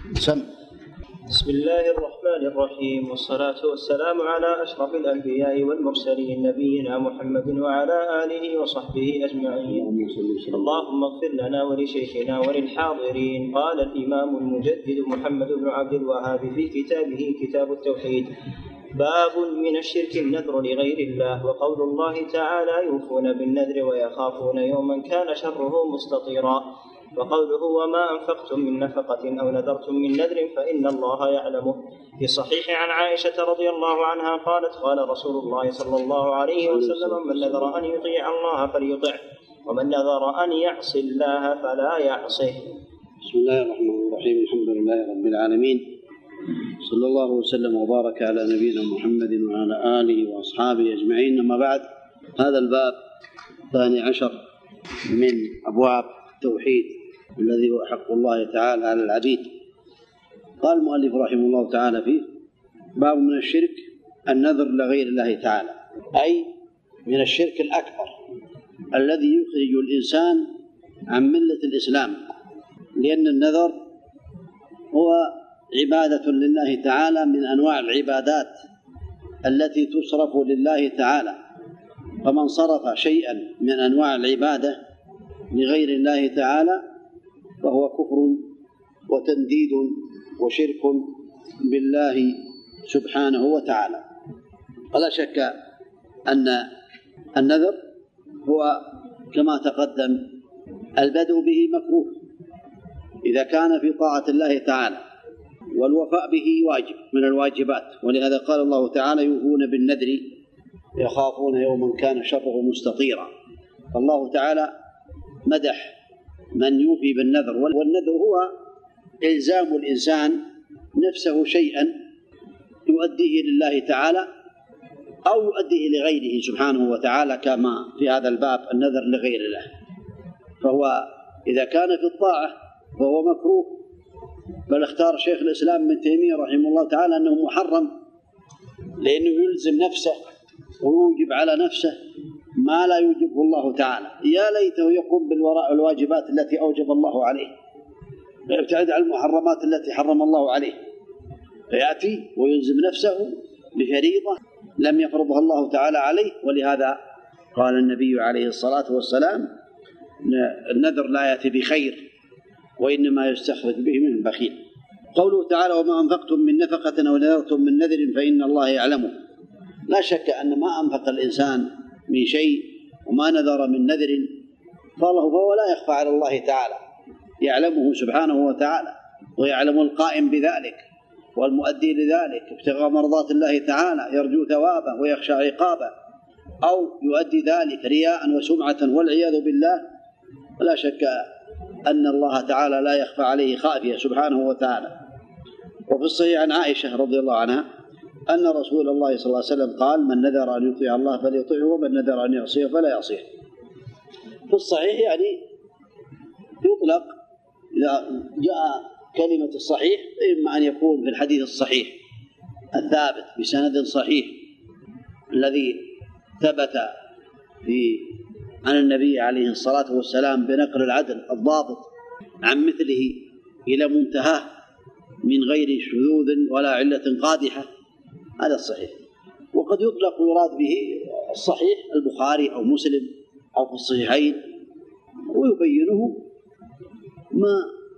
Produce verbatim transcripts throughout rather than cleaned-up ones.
سم. بسم الله الرحمن الرحيم، والصلاة والسلام على أشرف الأنبياء والمرسلين نبينا محمد وعلى آله وصحبه أجمعين. اللهم اغفر لنا ولشيخنا وللحاضرين. قال الإمام المجدد محمد بن عبد الوهاب في كتابه كتاب التوحيد: باب من الشرك النذر لغير الله. وقول الله تعالى: يوفون بالنذر ويخافون يوما كان شره مستطيرا. وقوله: وما أنفقتم من نفقة أو نذرتم من نذر فإن الله يعلمه. في الصحيح عن عائشة رضي الله عنها قالت: قال رسول الله صلى الله عليه وسلم: من نذر أن يطيع الله فليطعه، ومن نذر أن يعصي الله فلا يعصه. بسم الله الرحمن الرحيم. الحمد لله رب العالمين، صلى الله وسلم وبارك على نبينا محمد وعلى آله وأصحابه أجمعين. أما بعد، هذا الباب الثاني عشر من أبواب التوحيد الذي هو حق الله تعالى على العبيد. قال المؤلف رحمه الله تعالى فيه: باب من الشرك النذر لغير الله تعالى، أي من الشرك الأكبر الذي يخرج الإنسان عن ملة الإسلام، لأن النذر هو عبادة لله تعالى من أنواع العبادات التي تصرف لله تعالى، فمن صرف شيئا من أنواع العبادة لغير الله تعالى فهو كفر وتنديد وشرك بالله سبحانه وتعالى. ولا شك أن النذر هو كما تقدم البدء به مكروه إذا كان في طاعة الله تعالى، والوفاء به واجب من الواجبات، ولهذا قال الله تعالى: يوفون بالنذر يخافون يوما كان شره مستطيرا. فالله تعالى مدح من يوفي بالنذر، والنذر هو إلزام الإنسان نفسه شيئا يؤديه لله تعالى أو يؤديه لغيره سبحانه وتعالى، كما في هذا الباب النذر لغير الله. فهو إذا كان في الطاعة فهو مكروه، بل اختار شيخ الإسلام ابن تيمية رحمه الله تعالى أنه محرم، لأنه يلزم نفسه ويوجب على نفسه ما لا يوجبه الله تعالى. يا ليته يقوم بالواجبات التي أوجب الله عليه ويبتعد عن المحرمات التي حرم الله عليه، فيأتي ويلزم نفسه بفريضة لم يفرضها الله تعالى عليه. ولهذا قال النبي عليه الصلاة والسلام: النذر لا يأتي بخير، وإنما يستخرج به من البخيل. قوله تعالى: وما أنفقتم من نفقة أو نذرتم من نذر فإن الله يعلمه. لا شك أن ما أنفق الإنسان من شيء وما نذر من نذر فهو لا يخفى على الله تعالى، يعلمه سبحانه وتعالى، ويعلم القائم بذلك والمؤدي لذلك ابتغاء مرضات الله تعالى، يرجو ثوابه ويخشى عقابه، أو يؤدي ذلك رياء وسمعة والعياذ بالله. ولا شك أن الله تعالى لا يخفى عليه خافية سبحانه وتعالى. وفي الصحيح عن عائشة رضي الله عنها أن رسول الله صلى الله عليه وسلم قال: من نذر أن يطيع الله فليطيعه، ومن نذر أن يعصيه فلا يعصيه. في الصحيح يعني يطلق إذا جاء كلمة الصحيح، إما أن يكون في الحديث الصحيح الثابت بسند صحيح الذي ثبت في عن النبي عليه الصلاة والسلام بنقل العدل الضابط عن مثله إلى منتهاه من غير شذوذ ولا علة قادحة، هذا الصحيح. وقد يطلق ويراد به الصحيح البخاري أو مسلم أو في الصحيحين، ويبينه ما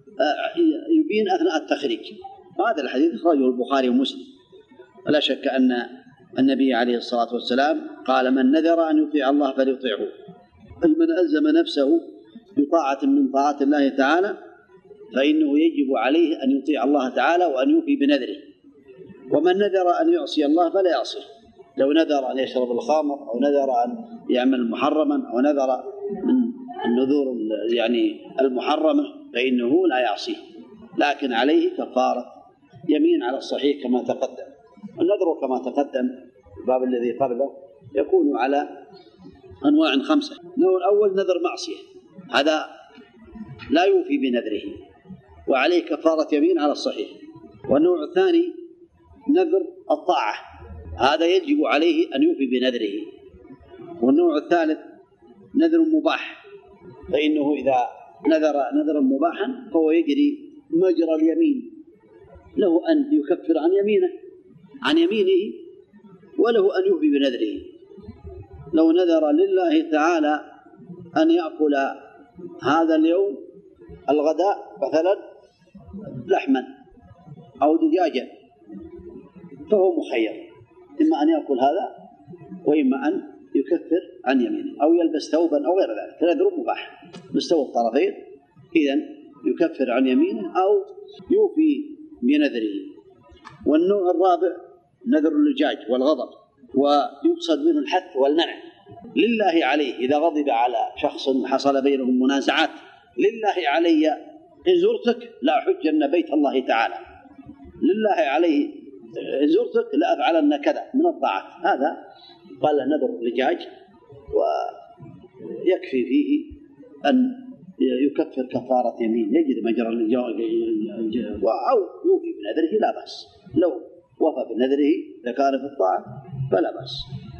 يبين أثناء التخريج. هذا الحديث أخرجه البخاري ومسلم. ولا شك أن النبي عليه الصلاة والسلام قال: من نذر أن يطيع الله فليطيعه. من ألزم نفسه بطاعة من طاعات الله تعالى فإنه يجب عليه أن يطيع الله تعالى وأن يوفي بنذره. ومن نذر أن يعصي الله فلا يعصيه. لو نذر أن يشرب الخمر أو نذر أن يعمل محرما أو نذر من النذور يعني المحرمة فإنه لا يعصيه، لكن عليه كفارة يمين على الصحيح كما تقدم. النذر كما تقدم الباب الذي قبله يكون على أنواع خمسة. النوع الأول نذر معصية، هذا لا يوفي بنذره وعليه كفارة يمين على الصحيح. والنوع الثاني نذر الطاعة، هذا يجب عليه أن يوفي بنذره. والنوع الثالث نذر مباح، فإنه إذا نذر نذرا مباحا فهو يجري مجرى اليمين له أن يكفر عن يمينه عن يمينه وله أن يوفي بنذره. لو نذر لله تعالى أن يأكل هذا اليوم الغداء مثلا لحما أو دجاجا فهو مخير، إما أن يأكل هذا وإما أن يكفر عن يمينه أو يلبس ثوبا أو غير ذلك، فنذر مباح مستوى الطرفين، إذن يكفر عن يمينه أو يوفي بنذره. والنوع الرابع نذر اللجاج والغضب، ويقصد منه الحث والمنع لله عليه. إذا غضب على شخص حصل بينهم منازعات، لله علي إن زرتك لا أحجن بيت الله تعالى، لله عليه إن زرتك لا أفعلن كذا من الطاعات، هذا قال نذر اللجاج، ويكفي فيه أن يكفر كفارة يمين يجد مجرى اللجاج أو يوفي بنذره لا بأس، لو وفى بنذره إذا كان في الطاعة فلا بأس.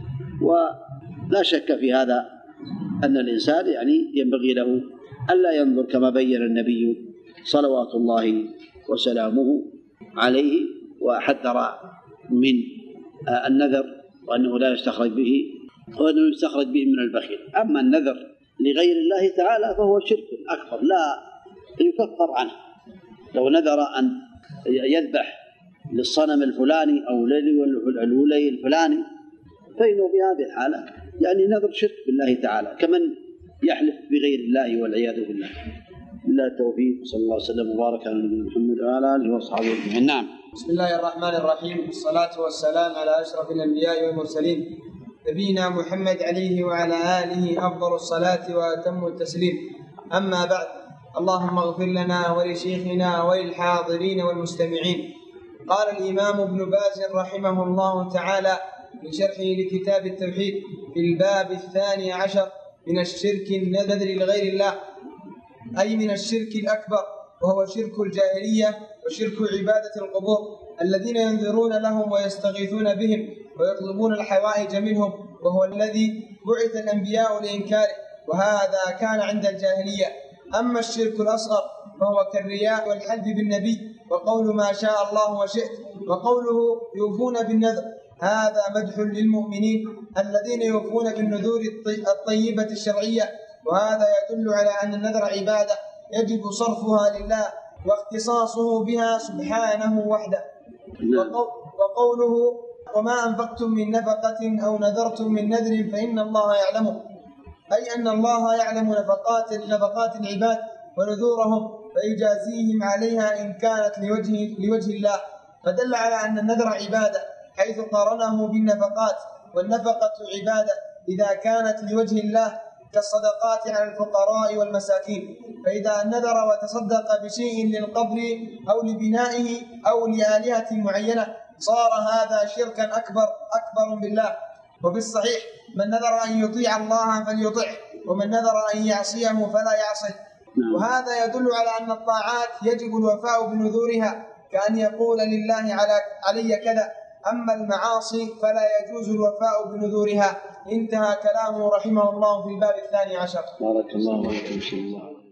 ولا شك في هذا أن الإنسان يعني ينبغي له ألا ينظر كما بين النبي صلوات الله وسلامه عليه، وحذر من النذر وأنه لا يستخرج به وأنه يستخرج به من البخيل. أما النذر لغير الله تعالى فهو شرك أكبر لا يكفر عنه. لو نذر أن يذبح للصنم الفلاني أو للولي الفلاني فإنه في هذه الحالة يعني نذر شرك بالله تعالى كمن يحلف بغير الله والعياذ بالله. بالله التوفيق، صلى الله وسلم وبارك على نبينا محمد وعلى آله وصحبه أجمعين. نعم. بسم الله الرحمن الرحيم، والصلاة والسلام على أشرف الأنبياء والمرسلين نبينا محمد عليه وعلى آله أفضل الصلاة وأتم التسليم. أما بعد، اللهم اغفر لنا ولشيخنا وللحاضرين والمستمعين. قال الإمام ابن باز رحمه الله تعالى في شرحه لكتاب التوحيد في الباب الثاني عشر من الشرك النذر لغير الله، أي من الشرك الأكبر، وهو شرك الجاهلية وشرك عبادة القبور الذين ينذرون لهم ويستغيثون بهم ويطلبون الحوائج منهم، وهو الذي بعث الأنبياء لإنكاره، وهذا كان عند الجاهلية. أما الشرك الأصغر فهو كالرياء والحلف بالنبي وقول ما شاء الله وشئت، وقوله يوفون بالنذر، هذا مدح للمؤمنين الذين يوفون بالنذور الطيبة الشرعية، وهذا يدل على أن النذر عبادة يجب صرفها لله واختصاصه بها سبحانه وحده. وقوله وما أنفقتم من نفقة أو نذرتم من نذر فإن الله يعلمه، أي أن الله يعلم نفقات نفقات العباد ونذورهم فيجازيهم عليها إن كانت لوجه, لوجه الله، فدل على أن النذر عبادة حيث قارنه بالنفقات، والنفقة عبادة إذا كانت لوجه الله كالصدقات على الفقراء والمساكين. فإذا نذر وتصدق بشيء للقبر أو لبنائه أو لآلهة معينة صار هذا شركا أكبر أكبر بالله. وبالصحيح من نذر أن يطيع الله فليطعه، ومن نذر أن يعصيه فلا يعصه. وهذا يدل على أن الطاعات يجب الوفاء بنذورها، كأن يقول لله على علي كذا. أما المعاصي فلا يجوز الوفاء بنذورها. انتهى كلامه رحمه الله في الباب الثاني عشر. بارك الله فيكم.